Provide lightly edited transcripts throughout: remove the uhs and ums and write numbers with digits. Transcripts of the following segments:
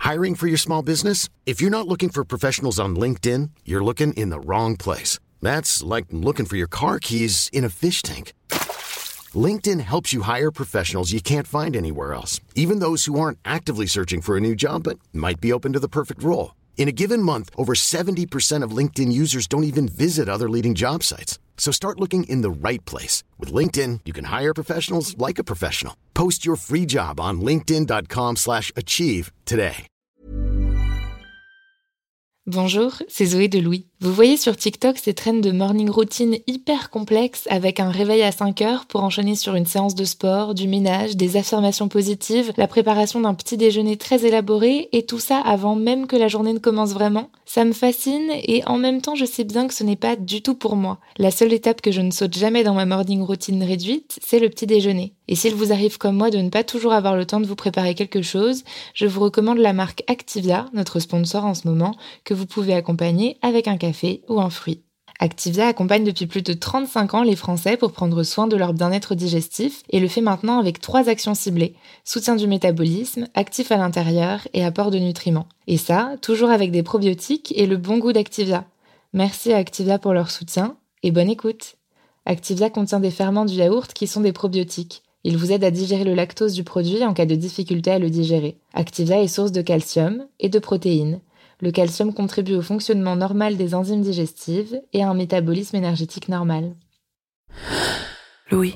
Hiring for your small business? If you're not looking for professionals on LinkedIn, you're looking in the wrong place. That's like looking for your car keys in a fish tank. LinkedIn helps you hire professionals you can't find anywhere else, even those who aren't actively searching for a new job but might be open to the perfect role. In a given month, over 70% of LinkedIn users don't even visit other leading job sites. So start looking in the right place. With LinkedIn, you can hire professionals like a professional. Post your free job on linkedin.com/achieve today. Bonjour, c'est Zoé de Louis. Vous voyez sur TikTok ces trends de morning routine hyper complexes avec un réveil à 5 heures pour enchaîner sur une séance de sport, du ménage, des affirmations positives, la préparation d'un petit déjeuner très élaboré et tout ça avant même que la journée ne commence vraiment. Ça me fascine et en même temps je sais bien que ce n'est pas du tout pour moi. La seule étape que je ne saute jamais dans ma morning routine réduite, c'est le petit déjeuner. Et s'il vous arrive comme moi de ne pas toujours avoir le temps de vous préparer quelque chose, je vous recommande la marque Activia, notre sponsor en ce moment, que vous pouvez accompagner avec un café ou un fruit. Activia accompagne depuis plus de 35 ans les Français pour prendre soin de leur bien-être digestif et le fait maintenant avec 3 actions ciblées: soutien du métabolisme, actif à l'intérieur et apport de nutriments. Et ça, toujours avec des probiotiques et le bon goût d'Activia. Merci à Activia pour leur soutien et bonne écoute. Activia contient des ferments du yaourt qui sont des probiotiques. Ils vous aident à digérer le lactose du produit en cas de difficulté à le digérer. Activia est source de calcium et de protéines. Le calcium contribue au fonctionnement normal des enzymes digestives et à un métabolisme énergétique normal. Louis.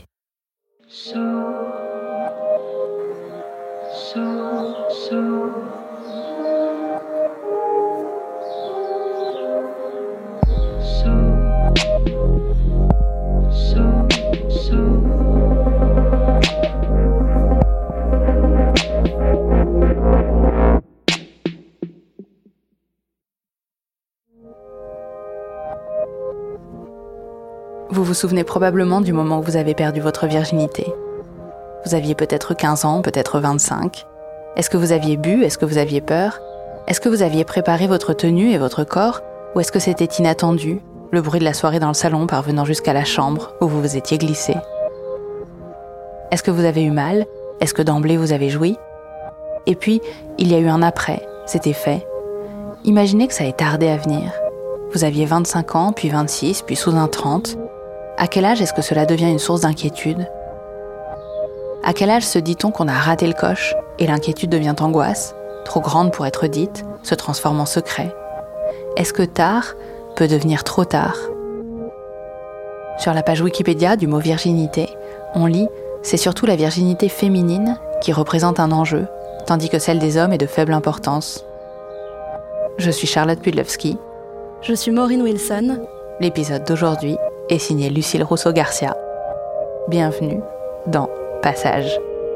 Vous vous souvenez probablement du moment où vous avez perdu votre virginité. Vous aviez peut-être 15 ans, peut-être 25. Est-ce que vous aviez bu? Est-ce que vous aviez peur? Est-ce que vous aviez préparé votre tenue et votre corps? Ou est-ce que c'était inattendu, le bruit de la soirée dans le salon parvenant jusqu'à la chambre où vous vous étiez glissé? Est-ce que vous avez eu mal? Est-ce que d'emblée vous avez joui? Et puis, il y a eu un après, c'était fait. Imaginez que ça ait tardé à venir. Vous aviez 25 ans, puis 26, puis soudain 30. À quel âge est-ce que cela devient une source d'inquiétude? À quel âge se dit-on qu'on a raté le coche et l'inquiétude devient angoisse, trop grande pour être dite, se transforme en secret? Est-ce que tard peut devenir trop tard? Sur la page Wikipédia du mot virginité, on lit « C'est surtout la virginité féminine qui représente un enjeu, tandis que celle des hommes est de faible importance. » Je suis Charlotte Pudlowski. Je suis Maureen Wilson. L'épisode d'aujourd'hui est signé Lucille Rousseau-Garcia. Bienvenue dans Passage.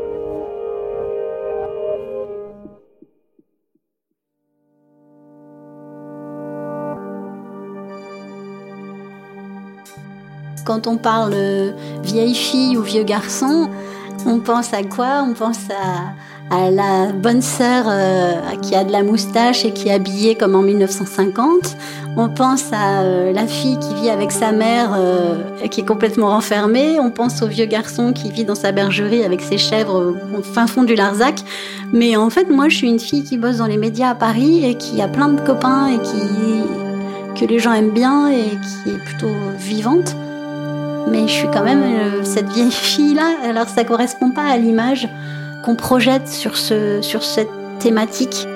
Quand on parle vieille fille ou vieux garçon, on pense à quoi? On pense à la bonne sœur qui a de la moustache et qui est habillée comme en 1950. On pense à la fille qui vit avec sa mère qui est complètement renfermée. On pense au vieux garçon qui vit dans sa bergerie avec ses chèvres au fin fond du Larzac. Mais en fait, moi, je suis une fille qui bosse dans les médias à Paris et qui a plein de copains et que les gens aiment bien et qui est plutôt vivante. Mais je suis quand même cette vieille fille-là. Alors, ça correspond pas à l'image qu'on projette sur cette thématique.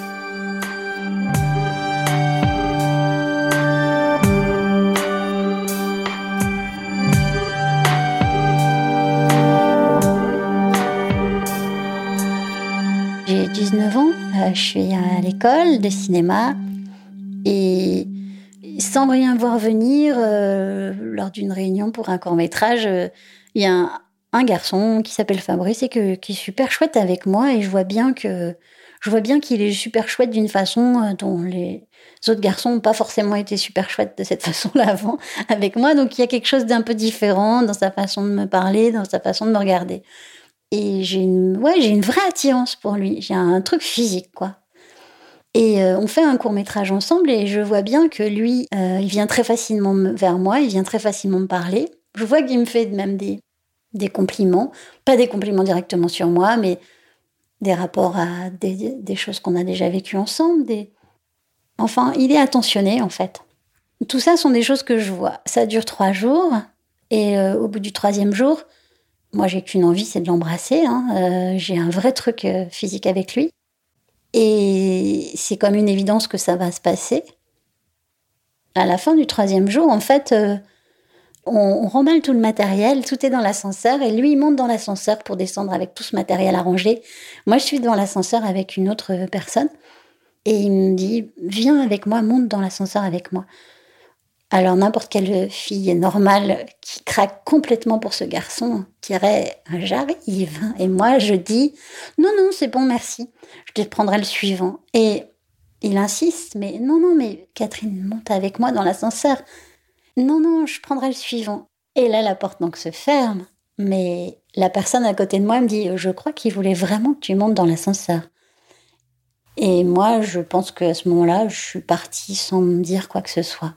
J'ai 19 ans, je suis à l'école de cinéma et sans rien voir venir, lors d'une réunion pour un court-métrage, il y a un garçon qui s'appelle Fabrice et qui est super chouette avec moi et je vois bien qu'il est super chouette d'une façon dont les autres garçons n'ont pas forcément été super chouettes de cette façon-là avant avec moi. Donc il y a quelque chose d'un peu différent dans sa façon de me parler, dans sa façon de me regarder. Et j'ai une vraie attirance pour lui. J'ai un truc physique, quoi. Et on fait un court-métrage ensemble et je vois bien que lui, il vient très facilement vers moi, il vient très facilement me parler. Je vois qu'il me fait même des compliments, pas des compliments directement sur moi, mais des rapports à des choses qu'on a déjà vécues ensemble. Enfin, il est attentionné, en fait. Tout ça sont des choses que je vois. Ça dure 3 jours, et au bout du 3e jour, moi, j'ai qu'une envie, c'est de l'embrasser. J'ai un vrai truc physique avec lui. Et c'est comme une évidence que ça va se passer. À la fin du 3e jour, en fait, on remballe tout le matériel, tout est dans l'ascenseur, et lui, il monte dans l'ascenseur pour descendre avec tout ce matériel à ranger. Moi, je suis dans l'ascenseur avec une autre personne, et il me dit « Viens avec moi, monte dans l'ascenseur avec moi ». Alors, n'importe quelle fille normale qui craque complètement pour ce garçon dirait « J'arrive ». Et moi, je dis « Non, non, c'est bon, merci, je te prendrai le suivant ». Et il insiste « Mais non, non, mais Catherine, monte avec moi dans l'ascenseur ». Non, non, je prendrai le suivant. Et là, la porte donc se ferme. Mais la personne à côté de moi me dit « Je crois qu'il voulait vraiment que tu montes dans l'ascenseur ». Et moi, je pense qu'à ce moment-là, je suis partie sans me dire quoi que ce soit.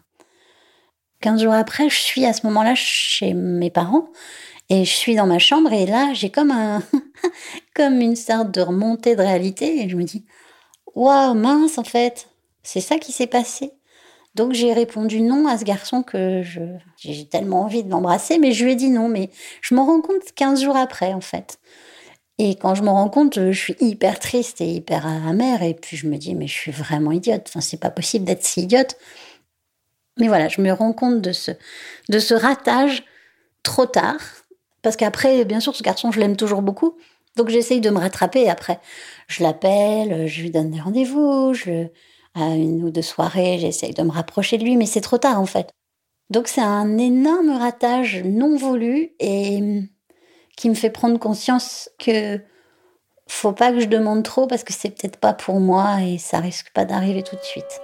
15 jours après, je suis à ce moment-là chez mes parents et je suis dans ma chambre et là, j'ai comme comme une sorte de remontée de réalité et je me dis « Waouh, mince, en fait, c'est ça qui s'est passé ». Donc, j'ai répondu non à ce garçon que j'ai tellement envie de l'embrasser, mais je lui ai dit non. Mais je m'en rends compte 15 jours après, en fait. Et quand je me rends compte, je suis hyper triste et hyper amère. Et puis, je me dis, mais je suis vraiment idiote. Enfin, c'est pas possible d'être si idiote. Mais voilà, je me rends compte de ce ratage trop tard. Parce qu'après, bien sûr, ce garçon, je l'aime toujours beaucoup. Donc, j'essaye de me rattraper après. Je l'appelle, je lui donne des rendez-vous, à 1 ou 2 soirées, j'essaye de me rapprocher de lui, mais c'est trop tard en fait. Donc c'est un énorme ratage non voulu et qui me fait prendre conscience que faut pas que je demande trop parce que c'est peut-être pas pour moi et ça risque pas d'arriver tout de suite.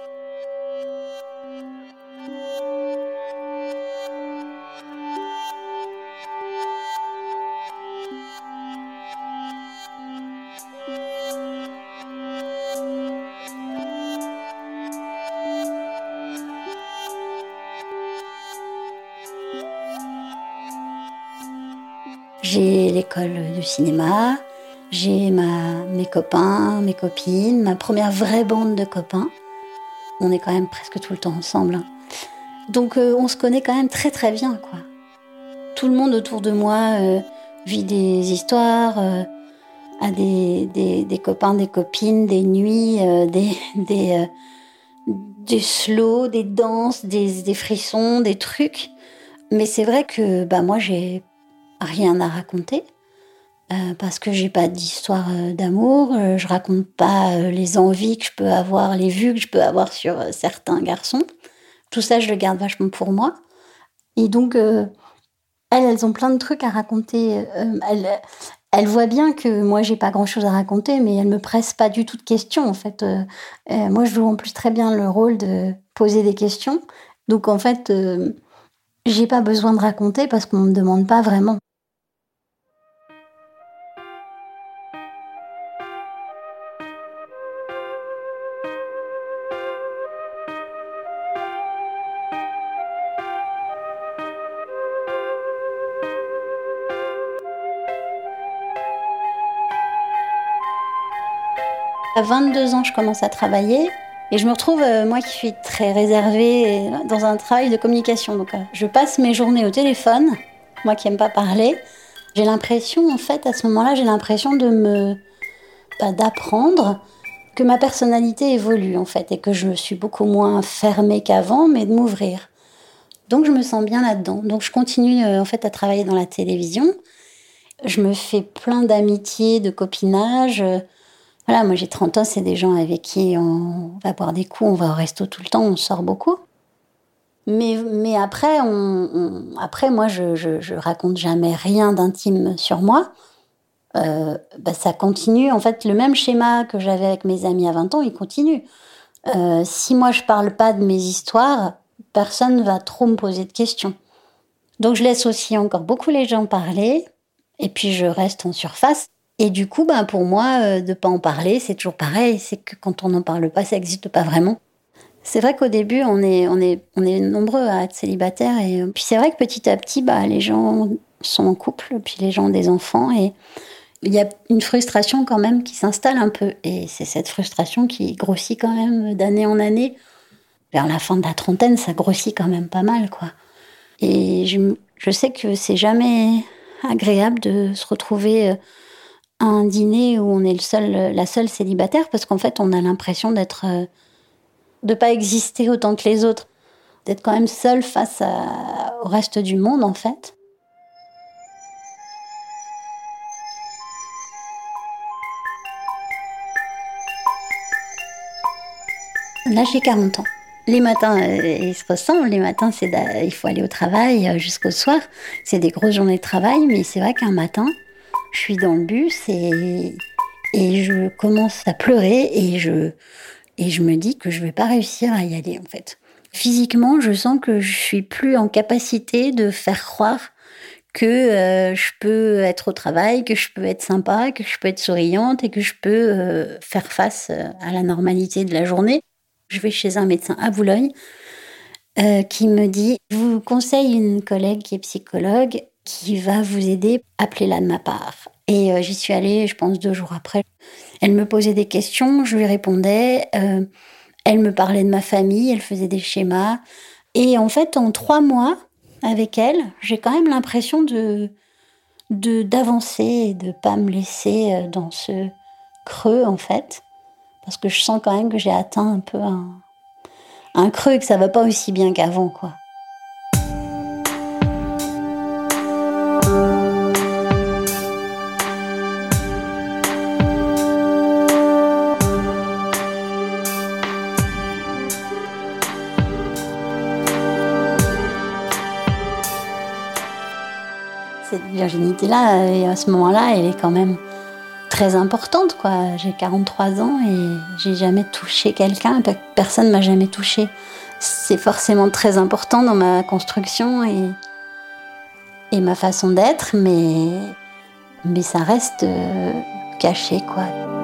J'ai l'école de cinéma, j'ai mes copains, mes copines, ma première vraie bande de copains. On est quand même presque tout le temps ensemble. Donc on se connaît quand même très très bien, quoi. Tout le monde autour de moi vit des histoires, a des copains, des copines, des nuits, des slows, des danses, des frissons, des trucs. Mais c'est vrai que moi j'ai rien à raconter parce que j'ai pas d'histoire d'amour, je raconte pas les envies que je peux avoir, les vues que je peux avoir sur certains garçons. Tout ça, je le garde vachement pour moi. Et donc, elles ont plein de trucs à raconter. Elles voient bien que moi, j'ai pas grand-chose à raconter, mais elles me pressent pas du tout de questions, en fait. Moi, je joue en plus très bien le rôle de poser des questions. Donc, en fait, j'ai pas besoin de raconter parce qu'on me demande pas vraiment. À 22 ans, je commence à travailler et je me retrouve, moi qui suis très réservée, dans un travail de communication. Donc, je passe mes journées au téléphone, moi qui n'aime pas parler. J'ai l'impression, en fait, à ce moment-là, d'apprendre que ma personnalité évolue, en fait, et que je suis beaucoup moins fermée qu'avant, mais de m'ouvrir. Donc, je me sens bien là-dedans. Donc, je continue, en fait, à travailler dans la télévision. Je me fais plein d'amitiés, de copinage. Voilà, moi j'ai 30 ans, c'est des gens avec qui on va boire des coups, on va au resto tout le temps, on sort beaucoup. Mais après, après moi je raconte jamais rien d'intime sur moi. Ça continue, en fait, le même schéma que j'avais avec mes amis à 20 ans, il continue. Si moi je parle pas de mes histoires, personne va trop me poser de questions. Donc je laisse aussi encore beaucoup les gens parler, et puis je reste en surface. Et du coup, pour moi, de pas en parler, c'est toujours pareil. C'est que quand on n'en parle pas, ça n'existe pas vraiment. C'est vrai qu'au début, on est nombreux à être célibataires. Et puis c'est vrai que petit à petit, les gens sont en couple, puis les gens ont des enfants. il y a une frustration quand même qui s'installe un peu. Et c'est cette frustration qui grossit quand même d'année en année. Vers la fin de la trentaine, ça grossit quand même pas mal, quoi. Et je sais que c'est jamais agréable de se retrouver à un dîner où on est la seule célibataire, parce qu'en fait, on a l'impression de pas exister autant que les autres. D'être quand même seule face au reste du monde, en fait. Là, j'ai 40 ans. Les matins, ils se ressemblent. Les matins, il faut aller au travail jusqu'au soir. C'est des grosses journées de travail, mais c'est vrai qu'un matin, je suis dans le bus et je commence à pleurer et je me dis que je vais pas réussir à y aller, en fait. Physiquement, je sens que je suis plus en capacité de faire croire que je peux être au travail, que je peux être sympa, que je peux être souriante et que je peux faire face à la normalité de la journée. Je vais chez un médecin à Boulogne qui me dit « Je vous conseille une collègue qui est psychologue qui va vous aider, appelez-la de ma part ». Et j'y suis allée, je pense 2 jours après. Elle me posait des questions, je lui répondais. Elle me parlait de ma famille, elle faisait des schémas. Et en fait, en 3 mois, avec elle, j'ai quand même l'impression d'avancer et de pas me laisser dans ce creux, en fait. Parce que je sens quand même que j'ai atteint un peu un creux et que ça va pas aussi bien qu'avant, quoi. Cette virginité-là, et à ce moment-là, elle est quand même très importante, quoi. J'ai 43 ans et j'ai jamais touché quelqu'un. Personne m'a jamais touchée. C'est forcément très important dans ma construction et ma façon d'être, mais ça reste caché, quoi.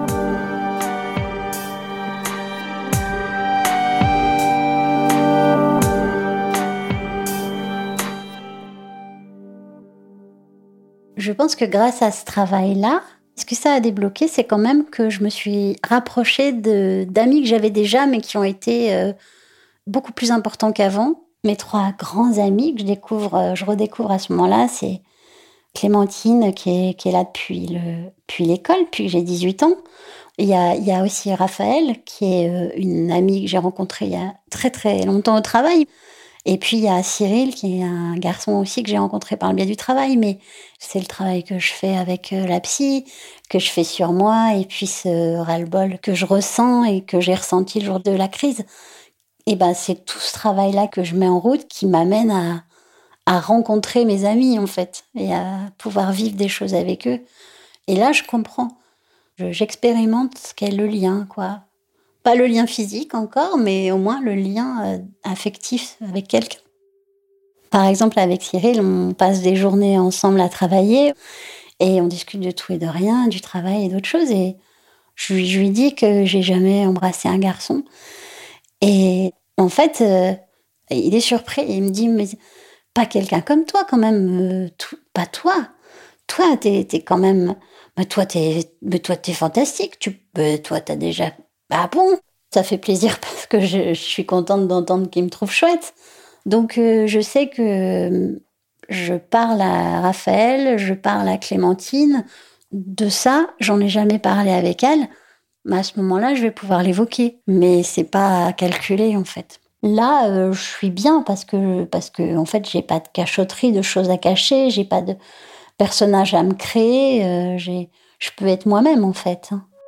Je pense que grâce à ce travail-là, ce que ça a débloqué, c'est quand même que je me suis rapprochée d'amis que j'avais déjà, mais qui ont été beaucoup plus importants qu'avant. Mes 3 grands amis que je redécouvre à ce moment-là, c'est Clémentine qui est là depuis l'école, depuis que j'ai 18 ans. Il y a aussi Raphaël, qui est une amie que j'ai rencontrée il y a très très longtemps au travail. Et puis il y a Cyril, qui est un garçon aussi que j'ai rencontré par le biais du travail, mais c'est le travail que je fais avec la psy, que je fais sur moi, et puis ce ras-le-bol que je ressens et que j'ai ressenti le jour de la crise. Et ben c'est tout ce travail-là que je mets en route qui m'amène à rencontrer mes amis, en fait, et à pouvoir vivre des choses avec eux. Et là, je comprends. J'expérimente ce qu'est le lien, quoi. Pas le lien physique encore, mais au moins le lien affectif avec quelqu'un. Par exemple, avec Cyril, on passe des journées ensemble à travailler et on discute de tout et de rien, du travail et d'autres choses. Et je lui dis que j'ai jamais embrassé un garçon. Et en fait, il est surpris. Il me dit, mais pas quelqu'un comme toi quand même. Pas toi. Toi, t'es quand même... toi, t'es fantastique. Toi, t'as déjà... Ah bon, ça fait plaisir parce que je suis contente d'entendre qu'il me trouve chouette. Donc je sais que je parle à Raphaël, je parle à Clémentine. De ça, j'en ai jamais parlé avec elle. Mais à ce moment-là, je vais pouvoir l'évoquer. Mais c'est pas calculé, en fait. Là, je suis bien parce que en fait, j'ai pas de cachotterie, de choses à cacher, j'ai pas de personnage à me créer. Je peux être moi-même, en fait.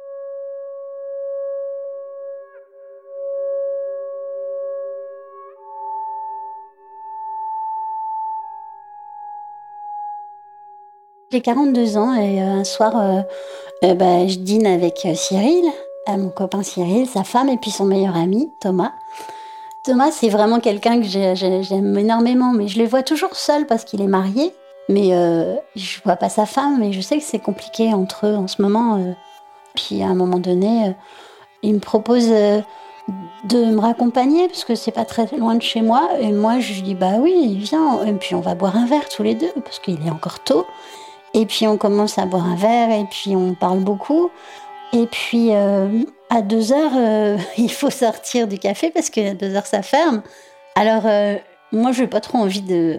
J'ai 42 ans et un soir, je dîne avec Cyril, mon copain Cyril, sa femme et puis son meilleur ami, Thomas. Thomas, c'est vraiment quelqu'un que j'aime énormément, mais je le vois toujours seul parce qu'il est marié. Mais je vois pas sa femme, mais je sais que c'est compliqué entre eux en ce moment. Puis à un moment donné, il me propose de me raccompagner parce que c'est pas très loin de chez moi. Et moi, je lui dis bah oui, viens. Et puis on va boire un verre tous les deux parce qu'il est encore tôt. Et puis on commence à boire un verre et puis on parle beaucoup. Et puis à 2 heures, il faut sortir du café parce qu'à 2 heures ça ferme. Alors moi je n'ai pas trop envie de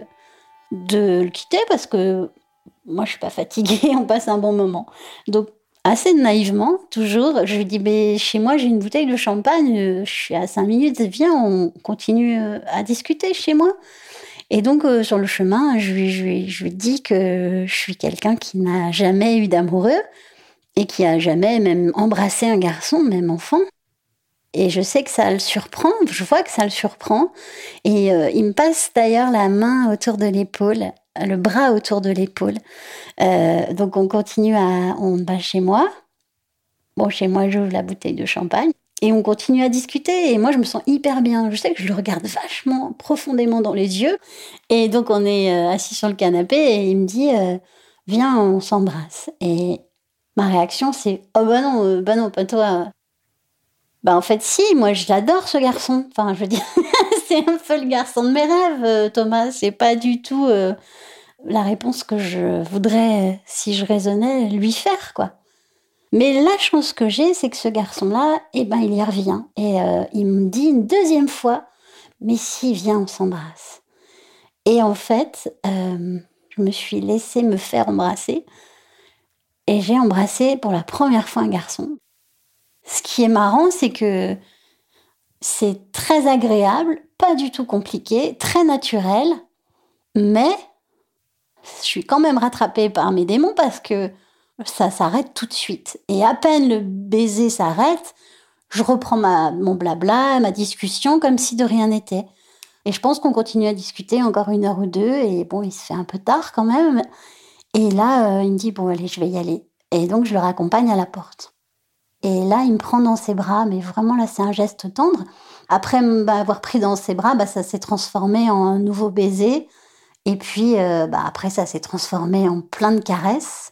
le quitter parce que moi je suis pas fatiguée, on passe un bon moment. Donc assez naïvement, toujours, je lui dis mais chez moi j'ai une bouteille de champagne, je suis à 5 minutes, viens on continue à discuter chez moi. Et donc, sur le chemin, je lui dis que je suis quelqu'un qui n'a jamais eu d'amoureux et qui a jamais même embrassé un garçon, même enfant. Et je sais que ça le surprend, je vois que ça le surprend. Et il me passe d'ailleurs la main autour de l'épaule, le bras autour de l'épaule. Donc, on va chez moi. Bon, chez moi, j'ouvre la bouteille de champagne. Et on continue à discuter, et moi je me sens hyper bien. Je sais que je le regarde vachement, profondément dans les yeux. Et donc on est assis sur le canapé, et il me dit « Viens, on s'embrasse ». Et ma réaction c'est « Oh bah non, pas toi ». Bah en fait si, moi j'adore ce garçon. Enfin je veux dire, c'est un peu le garçon de mes rêves, Thomas. C'est pas du tout la réponse que je voudrais, si je raisonnais, lui faire, quoi. Mais la chance que j'ai, c'est que ce garçon-là, il y revient. Et il me dit une deuxième fois, mais si, viens, on s'embrasse. Et en fait, je me suis laissée me faire embrasser. Et j'ai embrassé pour la première fois un garçon. Ce qui est marrant, c'est que c'est très agréable, pas du tout compliqué, très naturel. Mais je suis quand même rattrapée par mes démons parce que ça s'arrête tout de suite. Et à peine le baiser s'arrête, je reprends mon blabla, ma discussion, comme si de rien n'était. Et je pense qu'on continue à discuter encore 1 heure ou 2, et bon, il se fait un peu tard quand même. Et là, il me dit, bon, allez, je vais y aller. Et donc, je le raccompagne à la porte. Et là, il me prend dans ses bras, mais vraiment, là, c'est un geste tendre. Après m'avoir pris dans ses bras, ça s'est transformé en un nouveau baiser. Et puis, après, ça s'est transformé en plein de caresses.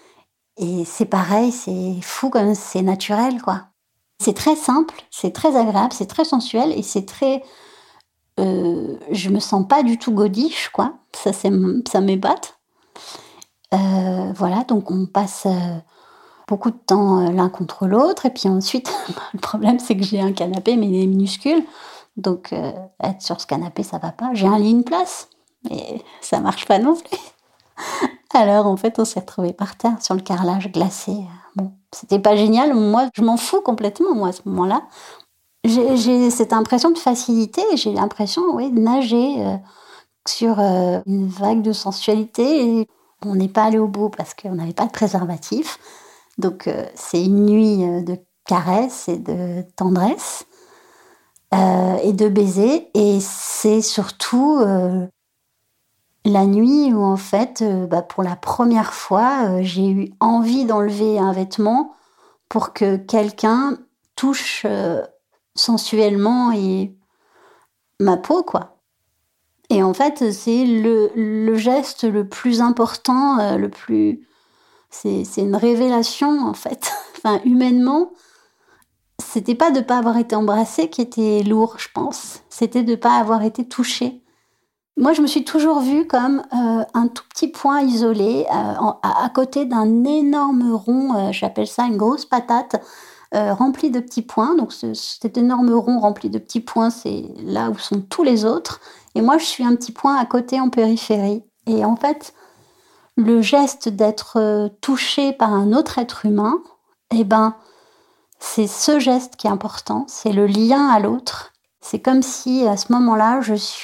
Et c'est pareil, c'est fou comme c'est naturel, quoi. C'est très simple, c'est très agréable, c'est très sensuel et c'est très... je me sens pas du tout godiche, quoi. Ça m'épate. Voilà, donc on passe beaucoup de temps l'un contre l'autre. Et puis ensuite, le problème, c'est que j'ai un canapé, mais il est minuscule. Donc, être sur ce canapé, ça va pas. J'ai un lit, une place, mais ça marche pas non plus. Alors, en fait, on s'est retrouvés par terre sur le carrelage glacé. Bon, c'était pas génial. Moi, je m'en fous complètement, moi, à ce moment-là. J'ai cette impression de facilité. J'ai l'impression, oui, de nager sur une vague de sensualité. Et on n'est pas allé au bout parce qu'on n'avait pas de préservatif. Donc, c'est une nuit de caresses et de tendresse et de baisers. Et c'est surtout... la nuit où, en fait, pour la première fois, j'ai eu envie d'enlever un vêtement pour que quelqu'un touche sensuellement ma peau, quoi. Et en fait, c'est le geste le plus important, c'est une révélation, en fait. Enfin, humainement, c'était pas de pas avoir été embrassée qui était lourd, je pense. C'était de pas avoir été touchée. Moi, je me suis toujours vue comme un tout petit point isolé, à côté d'un énorme rond, j'appelle ça une grosse patate, remplie de petits points. Donc, cet énorme rond rempli de petits points, c'est là où sont tous les autres. Et moi, je suis un petit point à côté, en périphérie. Et en fait, le geste d'être touché par un autre être humain, c'est ce geste qui est important. C'est le lien à l'autre. C'est comme si, à ce moment-là,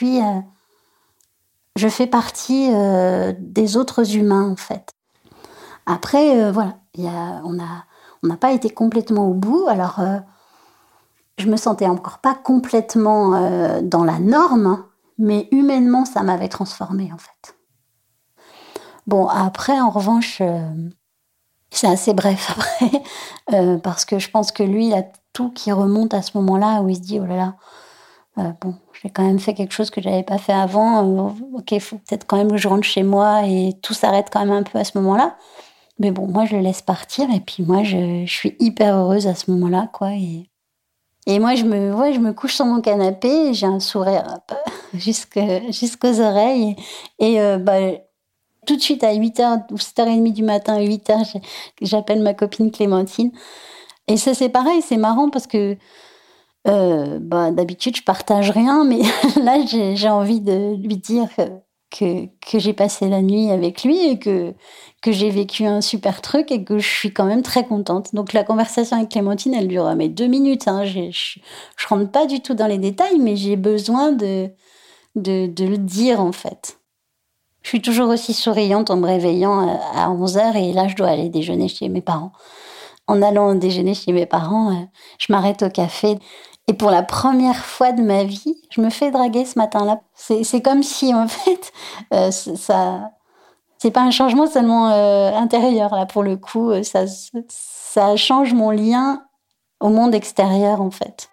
je fais partie des autres humains, en fait. Après, voilà, on n'a pas été complètement au bout. Alors, je me sentais encore pas complètement dans la norme, mais humainement, ça m'avait transformée, en fait. Bon, après, en revanche, c'est assez bref après, parce que je pense que lui, il a tout qui remonte à ce moment-là où il se dit « Oh là là, bon, j'ai quand même fait quelque chose que j'avais pas fait avant. Ok, il faut peut-être quand même que je rentre chez moi et tout s'arrête quand même un peu à ce moment-là. Mais bon, moi, je le laisse partir et puis moi, je suis hyper heureuse à ce moment-là, quoi. Et moi, je me couche sur mon canapé et j'ai un sourire jusqu'aux oreilles. Et Tout de suite à 8h ou 7h30 du matin, 8h, j'appelle ma copine Clémentine. Et ça, c'est pareil, c'est marrant parce que d'habitude, je partage rien, mais là, j'ai envie de lui dire que j'ai passé la nuit avec lui et que j'ai vécu un super truc et que je suis quand même très contente. Donc la conversation avec Clémentine, elle dure 2 minutes. Hein. Je rentre pas du tout dans les détails, mais j'ai besoin de le dire, en fait. Je suis toujours aussi souriante en me réveillant à 11h et là, je dois aller déjeuner chez mes parents. En allant déjeuner chez mes parents, je m'arrête au café. Et pour la première fois de ma vie, je me fais draguer ce matin-là. C'est comme si, en fait, ça... C'est pas un changement seulement intérieur, là, pour le coup. Ça change mon lien au monde extérieur, en fait.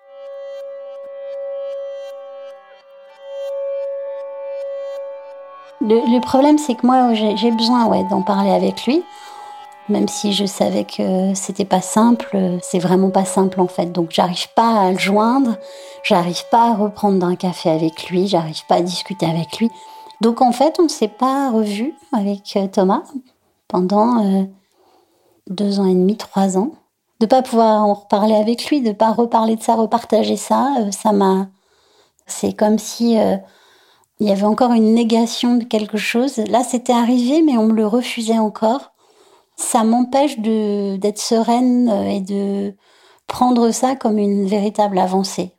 Le problème, c'est que moi, j'ai besoin d'en parler avec lui. Même si je savais que c'était pas simple, c'est vraiment pas simple en fait. Donc j'arrive pas à le joindre, j'arrive pas à reprendre un café avec lui, j'arrive pas à discuter avec lui. Donc en fait, on s'est pas revus avec Thomas pendant 2 ans et demi, 3 ans. De pas pouvoir en reparler avec lui, de pas reparler de ça, repartager ça, c'est comme si il y avait encore une négation de quelque chose. Là, c'était arrivé, mais on me le refusait encore. Ça m'empêche d'être sereine et de prendre ça comme une véritable avancée.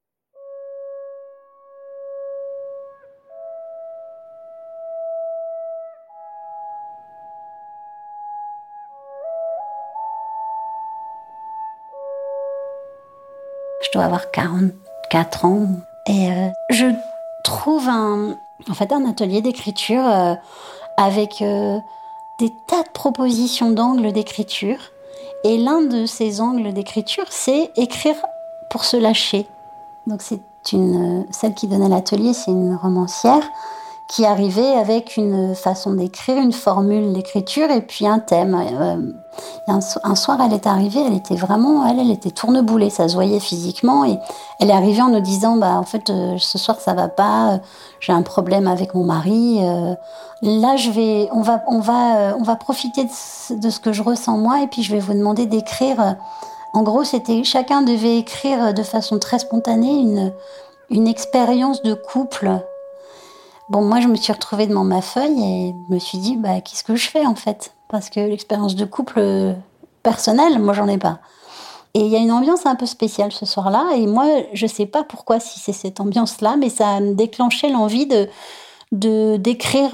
Je dois avoir 44 ans et je trouve un atelier d'écriture avec des tas de propositions d'angles d'écriture. Et l'un de ces angles d'écriture, c'est écrire pour se lâcher. Donc celle qui donnait l'atelier, c'est une romancière qui arrivait avec une façon d'écrire, une formule d'écriture et puis un thème. Un soir, elle est arrivée, elle était vraiment, elle était tourneboulée, ça se voyait physiquement. Et elle est arrivée en nous disant, ce soir ça va pas, j'ai un problème avec mon mari. Là, on va profiter de ce que je ressens moi et puis je vais vous demander d'écrire. En gros, chacun devait écrire de façon très spontanée une expérience de couple. Bon, moi, je me suis retrouvée devant ma feuille et je me suis dit, qu'est-ce que je fais en fait ? Parce que l'expérience de couple personnelle, moi, j'en ai pas. Et il y a une ambiance un peu spéciale ce soir-là. Et moi, je sais pas pourquoi, si c'est cette ambiance-là, mais ça a déclenché l'envie d'écrire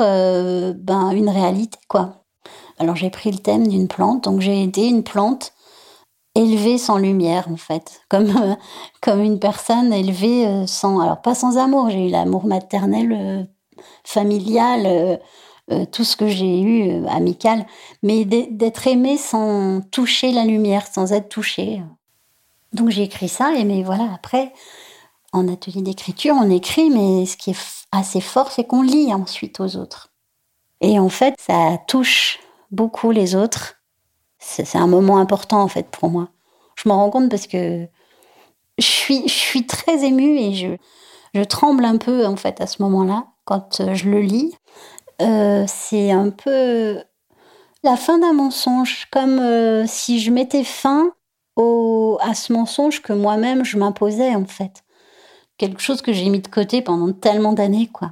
une réalité, quoi. Alors, j'ai pris le thème d'une plante. Donc, j'ai été une plante élevée sans lumière, en fait. Comme une personne élevée alors pas sans amour. J'ai eu l'amour maternel, familial, tout ce que j'ai eu, amical, mais d'être aimée sans toucher la lumière, sans être touchée. Donc j'ai écrit ça, mais voilà, après, en atelier d'écriture, on écrit, mais ce qui est assez fort, c'est qu'on lit ensuite aux autres. Et en fait, ça touche beaucoup les autres. C'est un moment important, en fait, pour moi. Je m'en rends compte parce que je suis très émue et je tremble un peu, en fait, à ce moment-là, quand je le lis. C'est un peu la fin d'un mensonge, comme si je mettais fin à ce mensonge que moi-même je m'imposais, en fait. Quelque chose que j'ai mis de côté pendant tellement d'années, quoi.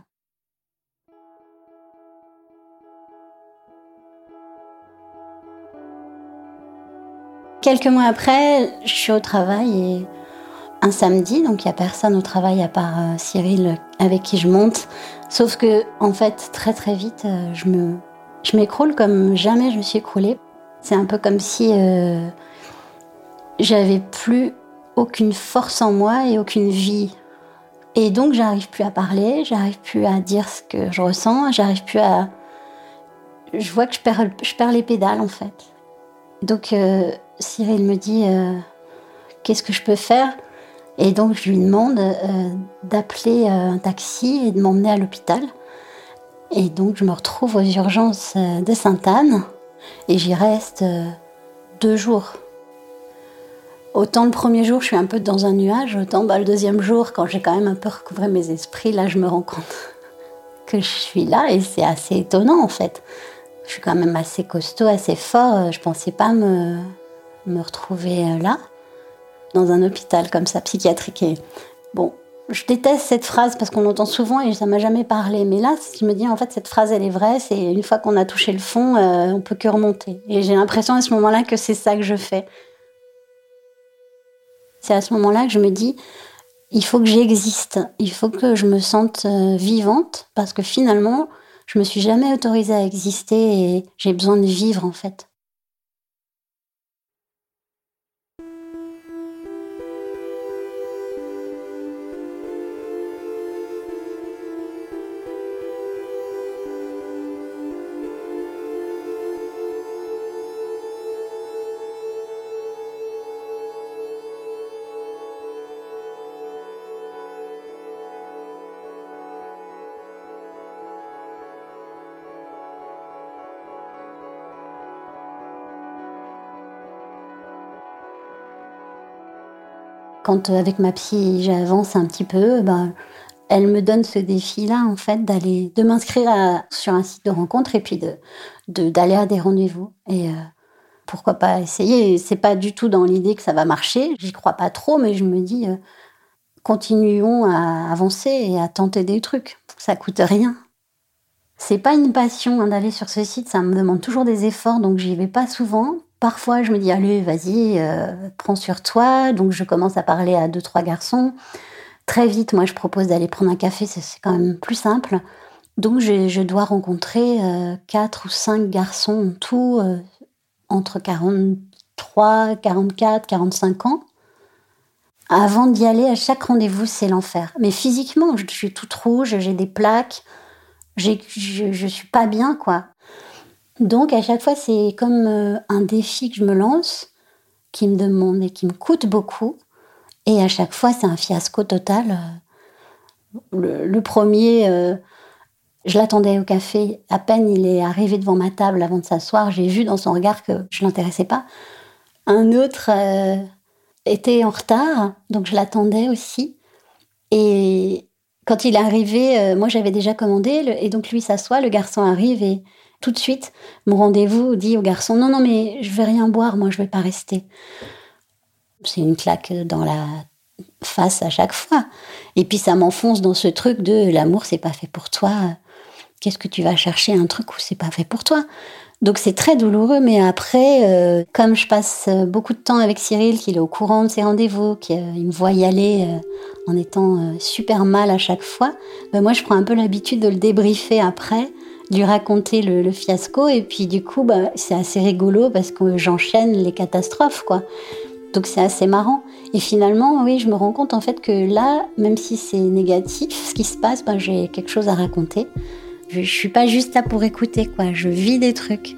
Quelques mois après, je suis au travail et un samedi, donc il n'y a personne au travail à part Cyril avec qui je monte. Sauf que, en fait, très très vite, je m'écroule comme jamais je me suis écroulée. C'est un peu comme si j'avais plus aucune force en moi et aucune vie. Et donc, j'arrive plus à parler, j'arrive plus à dire ce que je ressens, j'arrive plus à... Je vois que je perds les pédales, en fait. Donc, Cyril me dit qu'est-ce que je peux faire ? Et donc, je lui demande d'appeler un taxi et de m'emmener à l'hôpital. Et donc, je me retrouve aux urgences de Sainte-Anne et j'y reste 2 jours. Autant le premier jour, je suis un peu dans un nuage, autant le deuxième jour, quand j'ai quand même un peu recouvré mes esprits, là, je me rends compte que je suis là et c'est assez étonnant en fait. Je suis quand même assez costaud, assez fort. Je pensais pas me retrouver là, dans un hôpital comme ça, psychiatrique. Et bon, je déteste cette phrase parce qu'on l'entend souvent et ça m'a jamais parlé. Mais là, je me dis, en fait, cette phrase, elle est vraie. C'est une fois qu'on a touché le fond, on peut que remonter. Et j'ai l'impression à ce moment-là que c'est ça que je fais. C'est à ce moment-là que je me dis, il faut que j'existe. Il faut que je me sente vivante parce que finalement, je me suis jamais autorisée à exister et j'ai besoin de vivre, en fait. Quand avec ma psy, j'avance un petit peu, elle me donne ce défi-là, en fait, de m'inscrire sur un site de rencontre et puis d'aller à des rendez-vous. Et pourquoi pas essayer. C'est pas du tout dans l'idée que ça va marcher. J'y crois pas trop, mais je me dis, continuons à avancer et à tenter des trucs. Ça coûte rien. C'est pas une passion d'aller sur ce site, ça me demande toujours des efforts, donc j'y vais pas souvent. Parfois, je me dis, allez, vas-y, prends sur toi. Donc, je commence à parler à 2-3 garçons. Très vite, moi, je propose d'aller prendre un café, c'est quand même plus simple. Donc, je dois rencontrer 4 ou 5 garçons en tout, entre 43, 44, 45 ans. Avant d'y aller, à chaque rendez-vous, c'est l'enfer. Mais physiquement, je suis toute rouge, j'ai des plaques, je suis pas bien, quoi. Donc, à chaque fois, c'est comme un défi que je me lance, qui me demande et qui me coûte beaucoup. Et à chaque fois, c'est un fiasco total. Le premier, je l'attendais au café. À peine il est arrivé devant ma table avant de s'asseoir, j'ai vu dans son regard que je l'intéressais pas. Un autre était en retard, donc je l'attendais aussi. Et quand il est arrivé, moi j'avais déjà commandé, et donc lui s'assoit, le garçon arrive et tout de suite, mon rendez-vous dit au garçon, non, mais je vais rien boire, moi je vais pas rester. C'est une claque dans la face à chaque fois. Et puis ça m'enfonce dans ce truc de l'amour, c'est pas fait pour toi. Qu'est-ce que tu vas chercher un truc où c'est pas fait pour toi? Donc c'est très douloureux, mais après, comme je passe beaucoup de temps avec Cyril, qu'il est au courant de ses rendez-vous, qu'il me voit y aller en étant super mal à chaque fois, moi je prends un peu l'habitude de le débriefer après, de lui raconter le fiasco, et puis du coup c'est assez rigolo parce que j'enchaîne les catastrophes, quoi. Donc c'est assez marrant. Et finalement, oui, je me rends compte en fait que là, même si c'est négatif, ce qui se passe, j'ai quelque chose à raconter. Je suis pas juste là pour écouter, quoi. Je vis des trucs.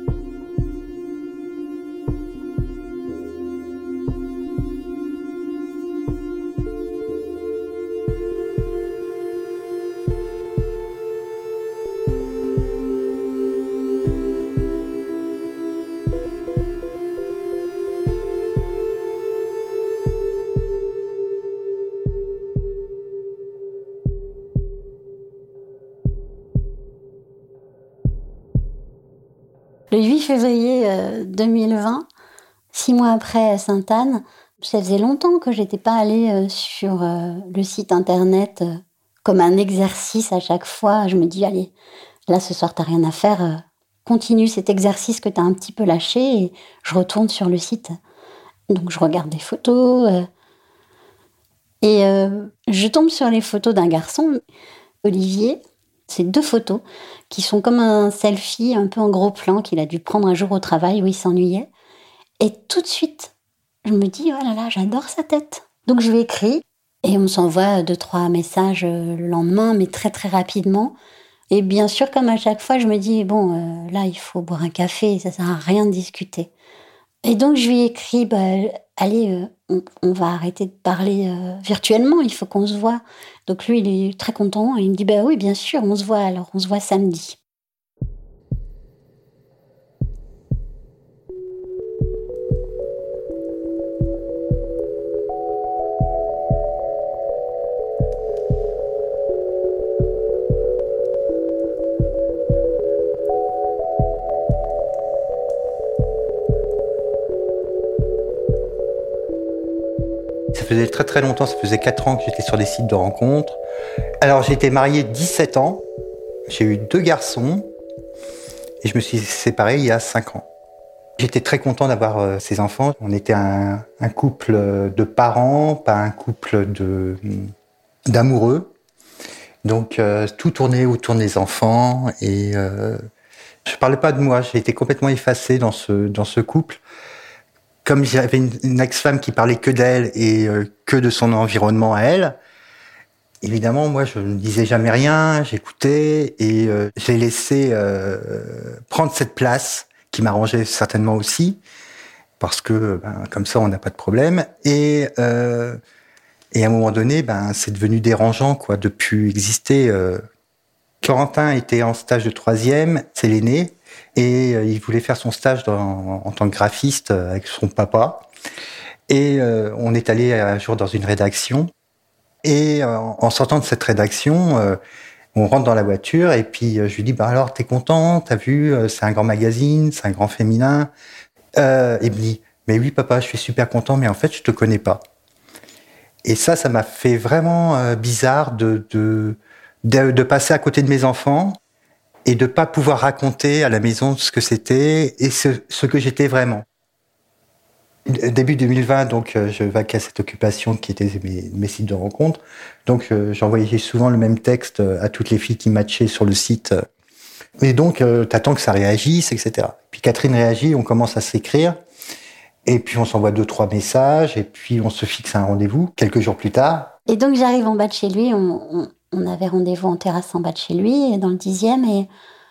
Le 8 février 2020, 6 mois après Sainte-Anne, ça faisait longtemps que j'étais pas allée sur le site internet comme un exercice à chaque fois. Je me dis, allez, là ce soir t'as rien à faire, continue cet exercice que t'as un petit peu lâché et je retourne sur le site. Donc je regarde des photos et je tombe sur les photos d'un garçon, Olivier. C'est 2 photos qui sont comme un selfie un peu en gros plan qu'il a dû prendre un jour au travail où il s'ennuyait. Et tout de suite, je me dis, oh là là, j'adore sa tête. Donc je lui écris et on s'envoie 2-3 messages le lendemain, mais très très rapidement. Et bien sûr, comme à chaque fois, je me dis, bon, là, il faut boire un café, ça sert à rien de discuter. Et donc je lui écris, allez, on va arrêter de parler virtuellement, il faut qu'on se voit. Donc lui, il est très content et il me dit, oui, bien sûr, on se voit alors, on se voit samedi. faisait très très longtemps, ça faisait 4 ans que j'étais sur des sites de rencontres. Alors j'ai été marié 17 ans, j'ai eu 2 garçons et je me suis séparé il y a 5 ans. J'étais très content d'avoir ces enfants. On était un couple de parents, pas un couple d'amoureux. Donc tout tournait autour des enfants et je parlais pas de moi, j'ai été complètement effacé dans ce couple. Comme j'avais une ex-femme qui parlait que d'elle et que de son environnement à elle, évidemment, moi, je ne disais jamais rien, j'écoutais et j'ai laissé prendre cette place qui m'arrangeait certainement aussi, parce que comme ça, on n'a pas de problème. Et à un moment donné, c'est devenu dérangeant, quoi, de plus exister. Corentin était en stage de 3e, c'est l'aîné, et il voulait faire son stage en tant que graphiste avec son papa. Et on est allé un jour dans une rédaction. Et en sortant de cette rédaction, on rentre dans la voiture et puis je lui dis alors t'es content, t'as vu, c'est un grand magazine, c'est un grand féminin. Il me dit mais oui papa, je suis super content, mais en fait je te connais pas. Et ça m'a fait vraiment bizarre de passer à côté de mes enfants et de pas pouvoir raconter à la maison ce que c'était et ce que j'étais vraiment. Début 2020, donc je vaquais à cette occupation qui était mes sites de rencontres. Donc j'envoyais souvent le même texte à toutes les filles qui matchaient sur le site. Et donc t'attends que ça réagisse, etc. Puis Catherine réagit, on commence à s'écrire. Et puis on s'envoie 2-3 messages. Et puis on se fixe un rendez-vous quelques jours plus tard. Et donc j'arrive en bas de chez lui. On avait rendez-vous en terrasse en bas de chez lui, dans le 10e. Et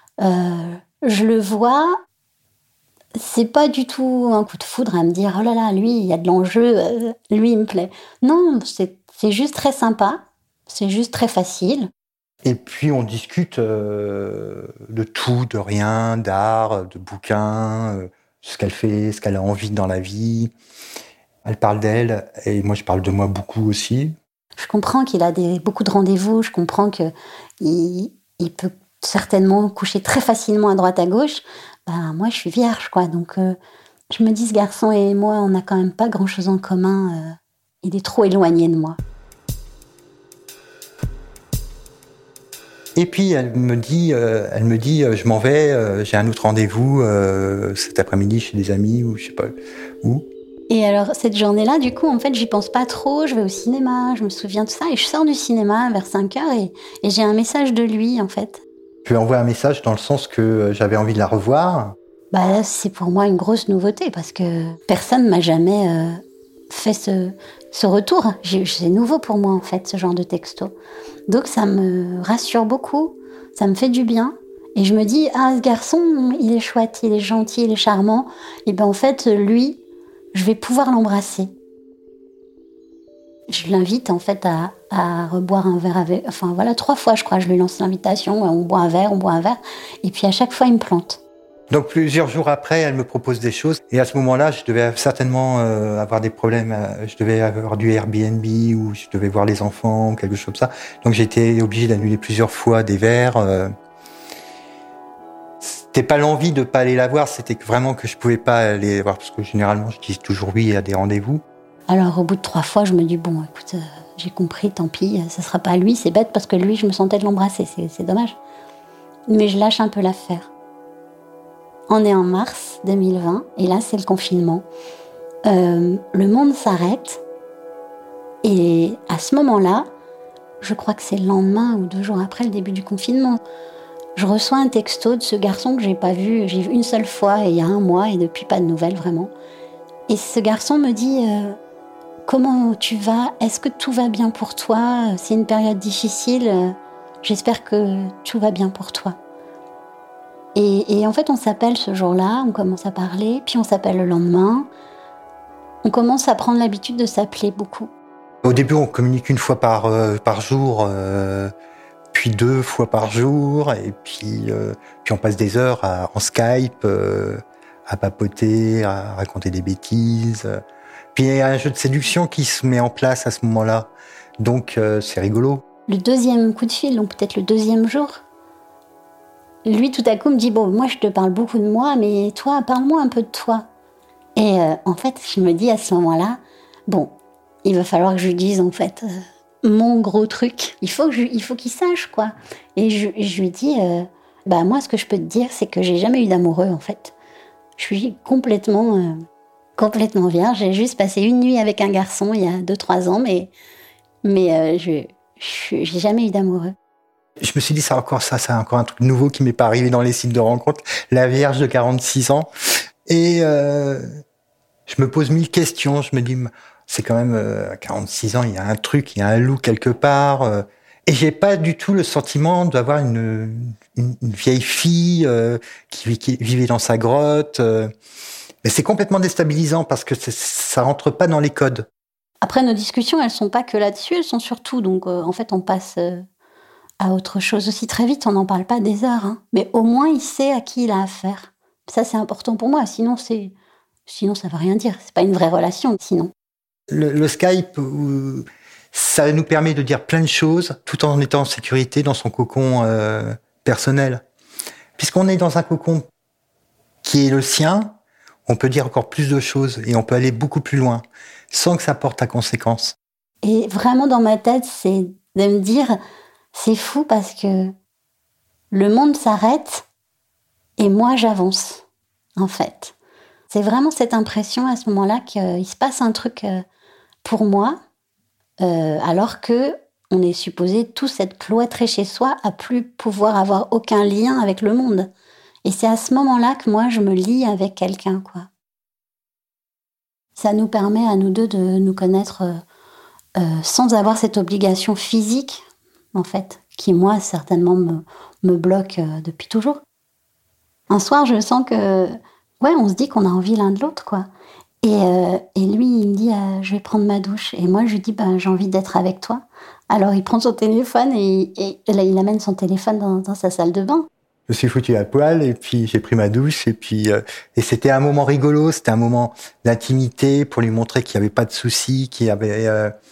je le vois. C'est pas du tout un coup de foudre à me dire « Oh là là, lui, il y a de l'enjeu, lui, il me plaît. » Non, c'est juste très sympa, c'est juste très facile. Et puis on discute de tout, de rien, d'art, de bouquins, ce qu'elle fait, ce qu'elle a envie dans la vie. Elle parle d'elle, et moi je parle de moi beaucoup aussi. Je comprends qu'il a beaucoup de rendez-vous, je comprends qu'il peut certainement coucher très facilement à droite à gauche. Moi, je suis vierge, quoi. Donc, je me dis, ce garçon et moi, on n'a quand même pas grand-chose en commun. Il est trop éloigné de moi. Et puis, elle me dit, je m'en vais, j'ai un autre rendez-vous cet après-midi chez des amis ou je sais pas où. Et alors, cette journée-là, du coup, en fait, j'y pense pas trop. Je vais au cinéma, je me souviens de ça. Et je sors du cinéma vers 5h et j'ai un message de lui, en fait. Je lui envoie un message dans le sens que j'avais envie de la revoir. Là, c'est pour moi une grosse nouveauté parce que personne m'a jamais fait ce retour. C'est nouveau pour moi, en fait, ce genre de texto. Donc, ça me rassure beaucoup, ça me fait du bien. Et je me dis, ce garçon, il est chouette, il est gentil, il est charmant. Et en fait, lui, je vais pouvoir l'embrasser. Je l'invite en fait à reboire un verre avec... 3 fois je crois, je lui lance l'invitation, on boit un verre. Et puis à chaque fois, il me plante. Donc plusieurs jours après, elle me propose des choses. Et à ce moment-là, je devais certainement avoir des problèmes. Je devais avoir du Airbnb ou je devais voir les enfants, quelque chose comme ça. Donc j'ai été obligé d'annuler plusieurs fois des verres. C'était pas l'envie de pas aller la voir, c'était vraiment que je pouvais pas aller la voir. Parce que généralement, je dis toujours oui à des rendez-vous. Alors, au bout de 3 fois, je me dis, bon, écoute, j'ai compris, tant pis, ça sera pas lui, c'est bête, parce que lui, je me sentais de l'embrasser, c'est dommage. Mais je lâche un peu l'affaire. On est en mars 2020, et là, c'est le confinement. Le monde s'arrête, et à ce moment-là, je crois que c'est le lendemain ou 2 jours après le début du confinement, je reçois un texto de ce garçon que j'ai vu une seule fois, il y a 1 mois, et depuis, pas de nouvelles, vraiment. Et ce garçon me dit... Comment tu vas ? Est-ce que tout va bien pour toi ? C'est une période difficile. J'espère que tout va bien pour toi. Et en fait, on s'appelle ce jour-là, on commence à parler, puis on s'appelle le lendemain. On commence à prendre l'habitude de s'appeler beaucoup. Au début, on communique 1 fois par jour, puis 2 fois par jour, et puis on passe des heures en Skype, à papoter, à raconter des bêtises. Puis il y a un jeu de séduction qui se met en place à ce moment-là. Donc c'est rigolo. Le 2e coup de fil, donc peut-être le 2e jour, lui tout à coup me dit « Bon, moi je te parle beaucoup de moi, mais toi, parle-moi un peu de toi. » Et en fait, je me dis à ce moment-là, bon, il va falloir que je lui dise, en fait, mon gros truc. Il faut qu'il sache, quoi. Et je lui dis, moi, ce que je peux te dire, c'est que j'ai jamais eu d'amoureux, en fait. Je suis complètement vierge. J'ai juste passé une nuit avec un garçon il y a 2-3 ans, mais j'ai jamais eu d'amoureux. Je me suis dit, c'est encore un truc nouveau qui m'est pas arrivé dans les sites de rencontres. La vierge de 46 ans. Et je me pose 1000 questions. Je me dis, c'est quand même à 46 ans, il y a un truc, il y a un loup quelque part. Et j'ai pas du tout le sentiment d'avoir une vieille fille qui vivait dans sa grotte. Mais c'est complètement déstabilisant parce que ça rentre pas dans les codes. Après, nos discussions, elles sont pas que là-dessus, elles sont surtout. Donc, en fait, on passe à autre chose aussi très vite. On n'en parle pas des heures, hein. Mais au moins, il sait à qui il a affaire. Ça, c'est important pour moi. Sinon, ça veut rien dire. C'est pas une vraie relation, sinon. Le Skype, ça nous permet de dire plein de choses tout en étant en sécurité dans son cocon personnel. Puisqu'on est dans un cocon qui est le sien, on peut dire encore plus de choses et on peut aller beaucoup plus loin sans que ça porte à conséquence. Et vraiment, dans ma tête, c'est de me dire, c'est fou parce que le monde s'arrête et moi, j'avance, en fait. C'est vraiment cette impression à ce moment-là qu'il se passe un truc pour moi, alors que on est supposé tous être cloîtrés chez soi, à plus pouvoir avoir aucun lien avec le monde. Et c'est à ce moment-là que moi, je me lie avec quelqu'un, quoi. Ça nous permet à nous deux de nous connaître sans avoir cette obligation physique, en fait, qui, moi, certainement me bloque depuis toujours. Un soir, je sens que, on se dit qu'on a envie l'un de l'autre, quoi. Et lui, il me dit, je vais prendre ma douche. Et moi, je lui dis, j'ai envie d'être avec toi. Alors, il prend son téléphone et là, il amène son téléphone dans sa salle de bain. Je me suis foutu à poil et puis j'ai pris ma douche et c'était un moment rigolo, c'était un moment d'intimité pour lui montrer qu'il n'y avait pas de soucis, qu'il y avait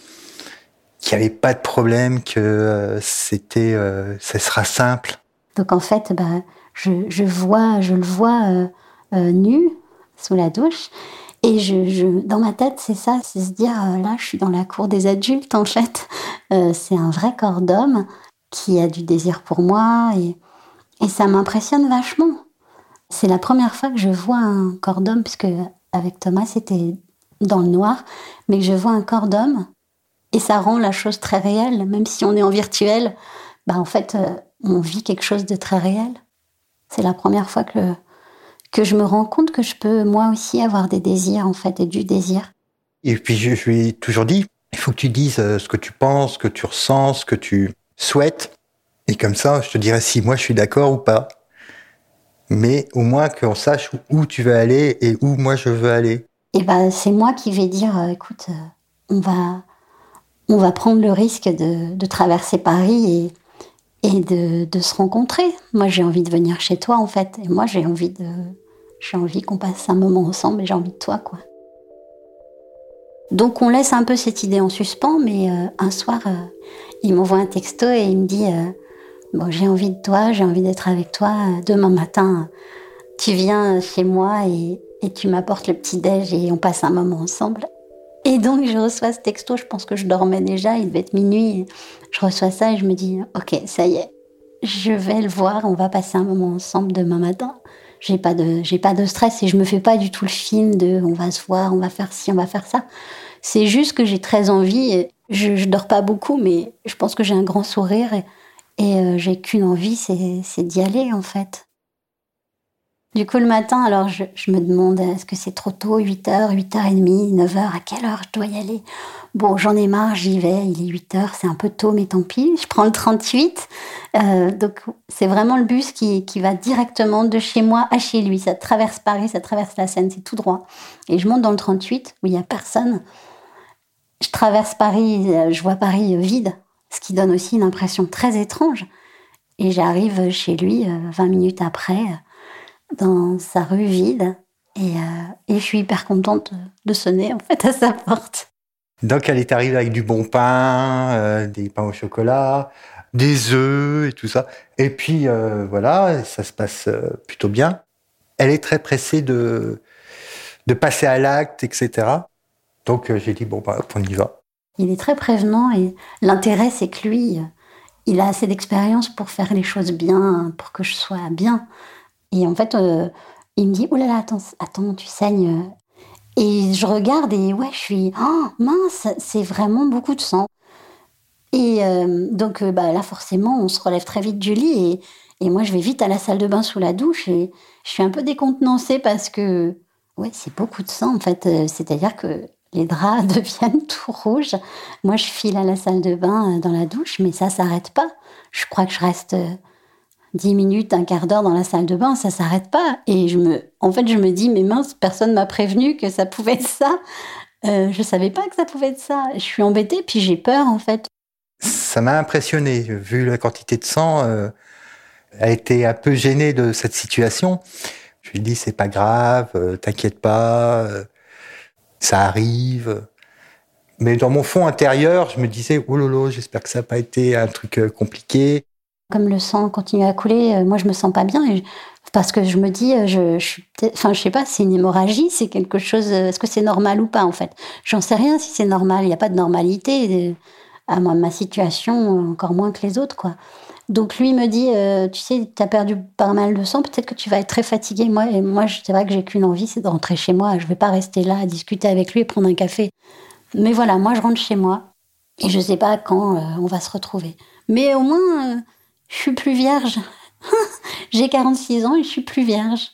pas de problème, que ça sera simple. Donc en fait, je le vois nu sous la douche et dans ma tête c'est ça, c'est se dire là je suis dans la cour des adultes en fait. C'est un vrai corps d'homme qui a du désir pour moi et ça m'impressionne vachement. C'est la première fois que je vois un corps d'homme, puisque avec Thomas, c'était dans le noir, mais que je vois un corps d'homme, et ça rend la chose très réelle. Même si on est en virtuel, en fait, on vit quelque chose de très réel. C'est la première fois que je me rends compte que je peux, moi aussi, avoir des désirs, en fait, et du désir. Et puis, je lui ai toujours dit, il faut que tu dises ce que tu penses, ce que tu ressens, ce que tu souhaites. Et comme ça, je te dirai si moi je suis d'accord ou pas. Mais au moins qu'on sache où tu veux aller et où moi je veux aller. Et c'est moi qui vais dire, écoute, on va prendre le risque de traverser Paris et de se rencontrer. Moi, j'ai envie de venir chez toi, en fait. Et moi, j'ai envie qu'on passe un moment ensemble et j'ai envie de toi, quoi. Donc, on laisse un peu cette idée en suspens, mais un soir, il m'envoie un texto et il me dit... j'ai envie de toi, j'ai envie d'être avec toi. Demain matin, tu viens chez moi et tu m'apportes le petit-déj et on passe un moment ensemble. Et donc, je reçois ce texto, je pense que je dormais déjà, il devait être minuit. Je reçois ça et je me dis, ok, ça y est, je vais le voir, on va passer un moment ensemble demain matin. J'ai pas de stress et je me fais pas du tout le film de on va se voir, on va faire ci, on va faire ça. C'est juste que j'ai très envie. Je dors pas beaucoup, mais je pense que j'ai un grand sourire et j'ai qu'une envie, c'est d'y aller, en fait. Du coup, le matin, alors je me demande, est-ce que c'est trop tôt, 8h, 8h30, 9h, à quelle heure je dois y aller? Bon, j'en ai marre, j'y vais, il est 8h, c'est un peu tôt, mais tant pis. Je prends le 38. Donc, c'est vraiment le bus qui va directement de chez moi à chez lui. Ça traverse Paris, ça traverse la Seine, c'est tout droit. Et je monte dans le 38, où il n'y a personne. Je traverse Paris, je vois Paris vide, ce qui donne aussi une impression très étrange. Et j'arrive chez lui 20 minutes après, dans sa rue vide, et je suis hyper contente de sonner en fait à sa porte. Donc elle est arrivée avec du bon pain, des pains au chocolat, des œufs et tout ça. Et puis voilà, ça se passe plutôt bien. Elle est très pressée de passer à l'acte, etc. Donc j'ai dit on y va. Il est très prévenant et l'intérêt, c'est que lui, il a assez d'expérience pour faire les choses bien, pour que je sois bien. Et en fait, il me dit, oh là là, attends, tu saignes. Et je regarde et ouais, je suis, oh mince, c'est vraiment beaucoup de sang. Et donc là, forcément, on se relève très vite du lit et moi, je vais vite à la salle de bain sous la douche et je suis un peu décontenancée parce que, ouais, c'est beaucoup de sang en fait. C'est-à-dire que les draps deviennent tout rouges. Moi, je file à la salle de bain dans la douche, mais ça s'arrête pas. Je crois que je reste 10 minutes, un quart d'heure dans la salle de bain, ça s'arrête pas. Et je me dis, mais mince, personne m'a prévenu que ça pouvait être ça. Je savais pas que ça pouvait être ça. Je suis embêtée, puis j'ai peur en fait. Ça m'a impressionné, vu la quantité de sang. Elle était un peu gênée de cette situation. Je lui ai dit, c'est pas grave, t'inquiète pas, ça arrive. Mais dans mon fond intérieur, je me disais, oh lolo, j'espère que ça n'a pas été un truc compliqué. Comme le sang continue à couler, moi je me sens pas bien parce que je me dis, je sais pas, c'est une hémorragie, c'est quelque chose. Est-ce que c'est normal ou pas en fait? J'en sais rien si c'est normal. Il n'y a pas de normalité à ma situation, encore moins que les autres, quoi. Donc lui me dit, tu sais, t'as perdu pas mal de sang, peut-être que tu vas être très fatiguée. Moi, c'est vrai que j'ai qu'une envie, c'est de rentrer chez moi. Je vais pas rester là à discuter avec lui et prendre un café. Mais voilà, moi je rentre chez moi et je sais pas quand on va se retrouver. Mais au moins, je suis plus vierge. J'ai 46 ans et je suis plus vierge.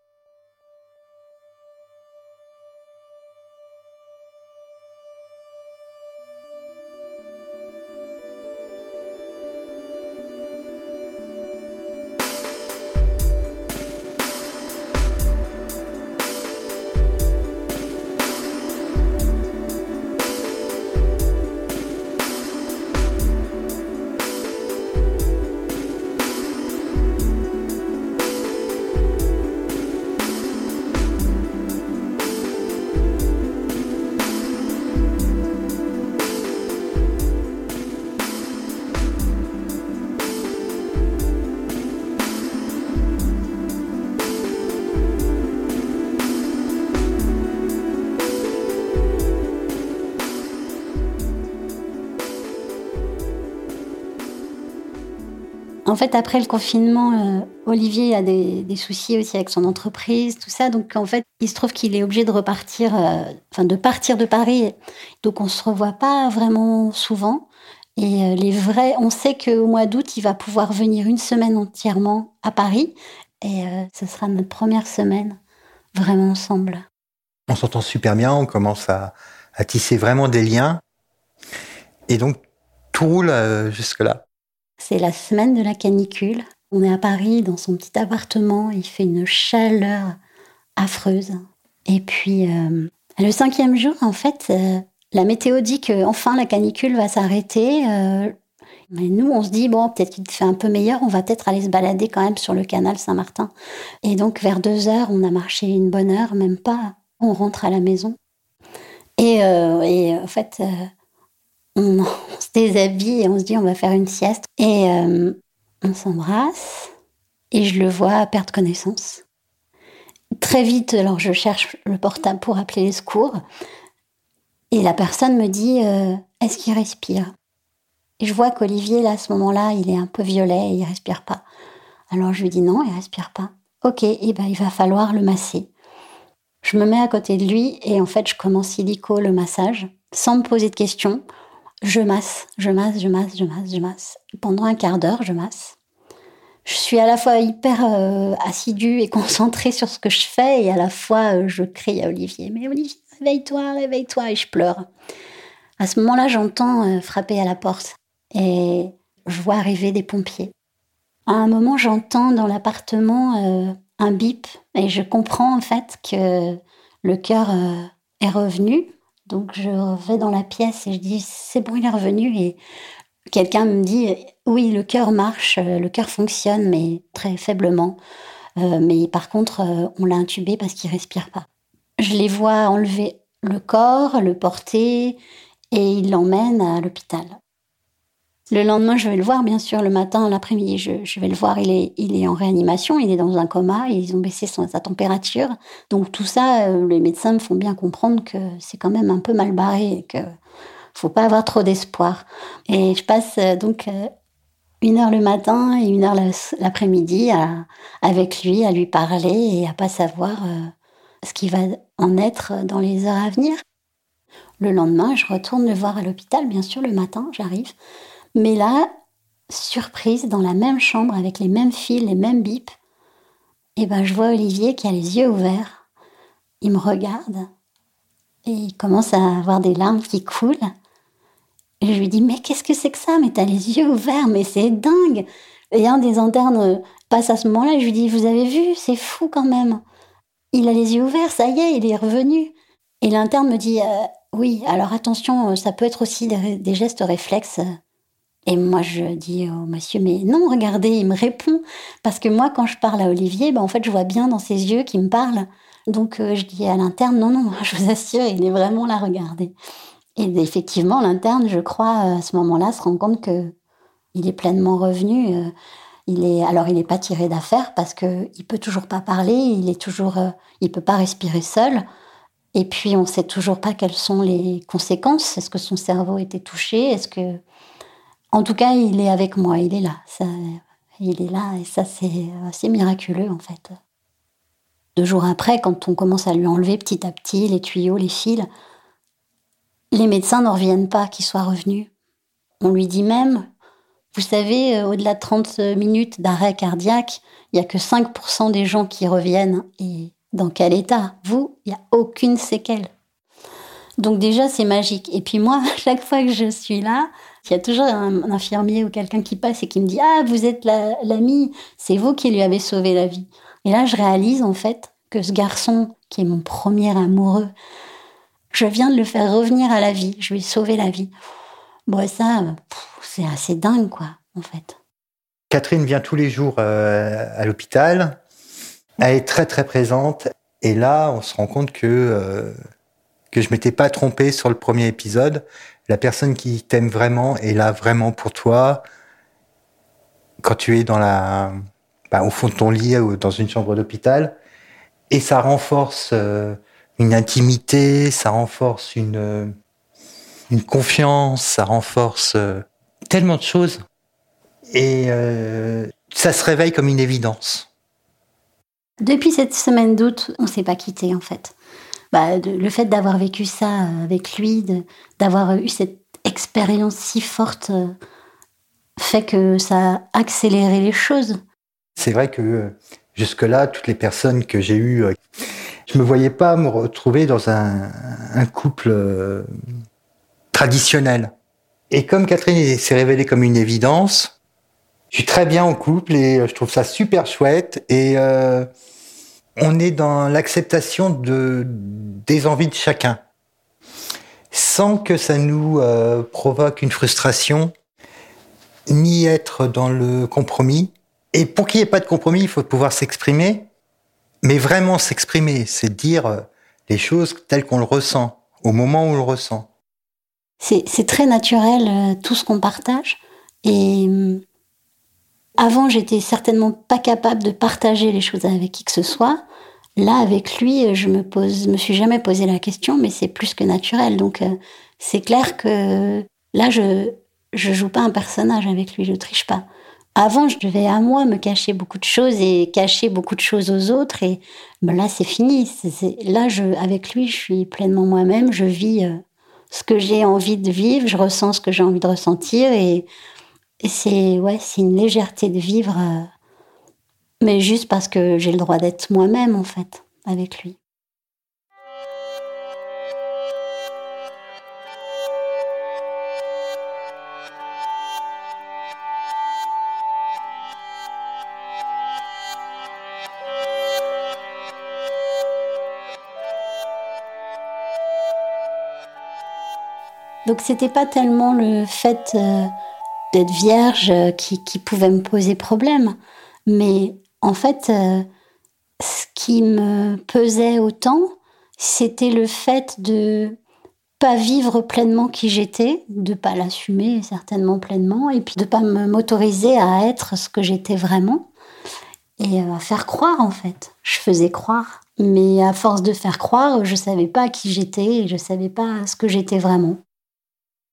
En fait, après le confinement, Olivier a des soucis aussi avec son entreprise, tout ça. Donc, en fait, il se trouve qu'il est obligé de repartir, de partir de Paris. Donc, on se revoit pas vraiment souvent. Et on sait qu'au mois d'août, il va pouvoir venir une semaine entièrement à Paris. Et ce sera notre première semaine vraiment ensemble. On s'entend super bien, on commence à tisser vraiment des liens. Et donc, tout roule jusque-là. C'est la semaine de la canicule. On est à Paris, dans son petit appartement. Il fait une chaleur affreuse. Et puis, le 5e jour, en fait, la météo dit qu'enfin la canicule va s'arrêter. Mais nous, on se dit, bon, peut-être qu'il fait un peu meilleur. On va peut-être aller se balader quand même sur le canal Saint-Martin. Et donc, vers 2h, on a marché une bonne heure, même pas. On rentre à la maison. Et en fait... on se déshabille et on se dit on va faire une sieste. Et on s'embrasse et je le vois perdre connaissance. Très vite, alors je cherche le portable pour appeler les secours. Et la personne me dit est-ce qu'il respire? Et je vois qu'Olivier, là, à ce moment-là, il est un peu violet et il respire pas. Alors je lui dis non, il respire pas. Ok, et ben il va falloir le masser. Je me mets à côté de lui et en fait je commence illico le massage sans me poser de questions. Je masse. Pendant un quart d'heure, je masse. Je suis à la fois hyper assidue et concentrée sur ce que je fais et à la fois je crie à Olivier. Mais Olivier, réveille-toi, et je pleure. À ce moment-là, j'entends frapper à la porte et je vois arriver des pompiers. À un moment, j'entends dans l'appartement un bip et je comprends en fait que le cœur est revenu. Donc je vais dans la pièce et je dis c'est bon, il est revenu. Et quelqu'un me dit oui, le cœur marche, le cœur fonctionne, mais très faiblement. Mais par contre, on l'a intubé parce qu'il respire pas. Je les vois enlever le corps, le porter et ils l'emmènent à l'hôpital. Le lendemain, je vais le voir, bien sûr, le matin, l'après-midi, je vais le voir, il est en réanimation, il est dans un coma, ils ont baissé sa température. Donc tout ça, les médecins me font bien comprendre que c'est quand même un peu mal barré et que faut pas avoir trop d'espoir. Et je passe donc 1 heure le matin et 1 heure l'après-midi avec lui, à lui parler et à pas savoir ce qui va en être dans les heures à venir. Le lendemain, je retourne le voir à l'hôpital, bien sûr, le matin, j'arrive. Mais là, surprise, dans la même chambre, avec les mêmes fils, les mêmes bips, et ben, je vois Olivier qui a les yeux ouverts. Il me regarde et il commence à avoir des larmes qui coulent. Et je lui dis, mais qu'est-ce que c'est que ça? Mais t'as les yeux ouverts, mais c'est dingue! Et un des internes passe à ce moment-là, je lui dis, vous avez vu? C'est fou quand même. Il a les yeux ouverts, ça y est, il est revenu. Et l'interne me dit, oui, alors attention, ça peut être aussi des gestes réflexes. Et moi, je dis au monsieur, mais non, regardez, il me répond. Parce que moi, quand je parle à Olivier, en fait, je vois bien dans ses yeux qu'il me parle. Donc, je dis à l'interne, non, je vous assure, il est vraiment là, regardez. Et effectivement, l'interne, je crois, à ce moment-là, se rend compte qu'il est pleinement revenu. Il est pas tiré d'affaire parce qu'il peut toujours pas parler, il peut pas respirer seul. Et puis, on sait toujours pas quelles sont les conséquences. Est-ce que son cerveau était touché? En tout cas, il est avec moi, il est là. Il est là et ça, c'est assez miraculeux, en fait. 2 jours après, quand on commence à lui enlever petit à petit les tuyaux, les fils, les médecins n'en reviennent pas qu'il soit revenu. On lui dit même, vous savez, au-delà de 30 minutes d'arrêt cardiaque, il n'y a que 5% des gens qui reviennent. Et dans quel état? Vous, il n'y a aucune séquelle. Donc déjà, c'est magique. Et puis moi, chaque fois que je suis là, il y a toujours un infirmier ou quelqu'un qui passe et qui me dit « Ah, vous êtes l'ami, c'est vous qui lui avez sauvé la vie. » Et là, je réalise en fait que ce garçon, qui est mon premier amoureux, je viens de le faire revenir à la vie. Je lui ai sauvé la vie. Bon, ça, c'est assez dingue, quoi, en fait. Catherine vient tous les jours à l'hôpital. Elle est très, très présente. Et là, on se rend compte que je m'étais pas trompé sur le premier épisode. La personne qui t'aime vraiment est là vraiment pour toi. Quand tu es au fond de ton lit ou dans une chambre d'hôpital. Et ça renforce une intimité, ça renforce une confiance, ça renforce tellement de choses. Et ça se réveille comme une évidence. Depuis cette semaine d'août, on s'est pas quittés, en fait. Le fait d'avoir vécu ça avec lui, d'avoir eu cette expérience si forte, fait que ça a accéléré les choses. C'est vrai que jusque-là, toutes les personnes que j'ai eues, je me voyais pas me retrouver dans un couple traditionnel. Et comme Catherine s'est révélée comme une évidence, je suis très bien en couple et je trouve ça super chouette. Et on est dans l'acceptation des envies de chacun, sans que ça nous provoque une frustration, ni être dans le compromis. Et pour qu'il n'y ait pas de compromis, il faut pouvoir s'exprimer, mais vraiment s'exprimer, c'est dire les choses telles qu'on le ressent, au moment où on le ressent. C'est très naturel, tout ce qu'on partage. Et avant, j'étais certainement pas capable de partager les choses avec qui que ce soit. Là, avec lui, je me suis jamais posé la question, mais c'est plus que naturel. Donc, c'est clair que là, je joue pas un personnage avec lui, je triche pas. Avant, je devais à moi me cacher beaucoup de choses et cacher beaucoup de choses aux autres. Et là, c'est fini. Là, avec lui, je suis pleinement moi-même. Je vis ce que j'ai envie de vivre. Je ressens ce que j'ai envie de ressentir. Et c'est une légèreté de vivre, mais juste parce que j'ai le droit d'être moi-même, en fait, avec lui. Donc c'était pas tellement le fait d'être vierge qui pouvait me poser problème, mais en fait, ce qui me pesait autant, c'était le fait de pas vivre pleinement qui j'étais, de pas l'assumer certainement pleinement, et puis de pas m'autoriser à être ce que j'étais vraiment, et à faire croire en fait. Je faisais croire, mais à force de faire croire, je savais pas qui j'étais, et je savais pas ce que j'étais vraiment.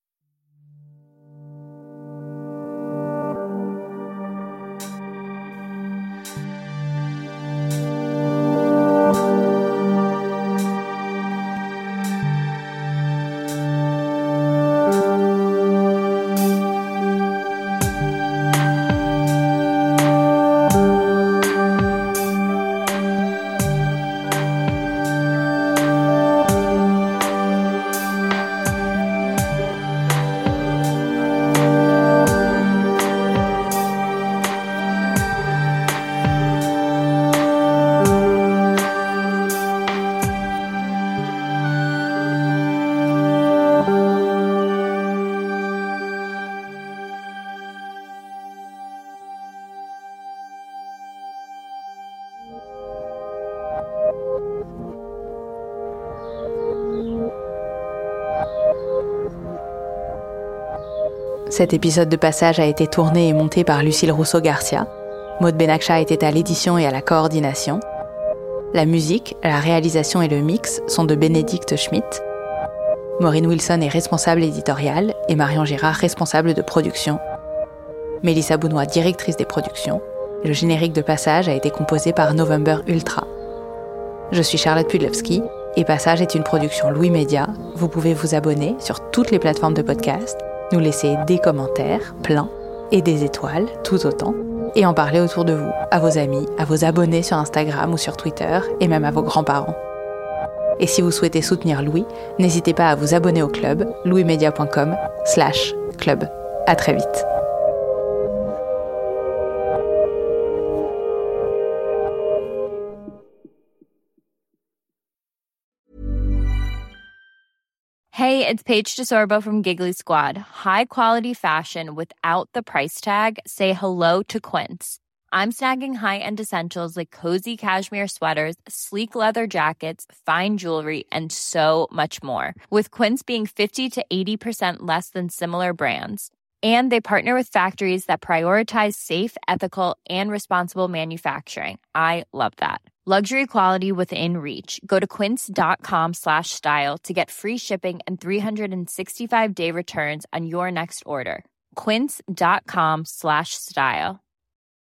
Cet épisode de Passage a été tourné et monté par Lucille Rousseau-Garcia. Maud Benakcha était à l'édition et à la coordination. La musique, la réalisation et le mix sont de Bénédicte Schmitt. Maureen Wilson est responsable éditoriale et Marion Girard responsable de production. Mélissa Bounois, directrice des productions. Le générique de Passage a été composé par November Ultra. Je suis Charlotte Pudlowski et Passage est une production Louis Média. Vous pouvez vous abonner sur toutes les plateformes de podcast, nous laisser des commentaires, plein, et des étoiles, tout autant, et en parler autour de vous, à vos amis, à vos abonnés sur Instagram ou sur Twitter, et même à vos grands-parents. Et si vous souhaitez soutenir Louis, n'hésitez pas à vous abonner au club, louismedia.com/club. À très vite. Hey, it's Paige DeSorbo from Giggly Squad. High quality fashion without the price tag. Say hello to Quince. I'm snagging high-end essentials like cozy cashmere sweaters, sleek leather jackets, fine jewelry, and so much more. With Quince being 50 to 80% less than similar brands. And they partner with factories that prioritize safe, ethical, and responsible manufacturing. I love that. Luxury quality within reach. Go to quince.com/style to get free shipping and 365-day returns on your next order. Quince.com/style.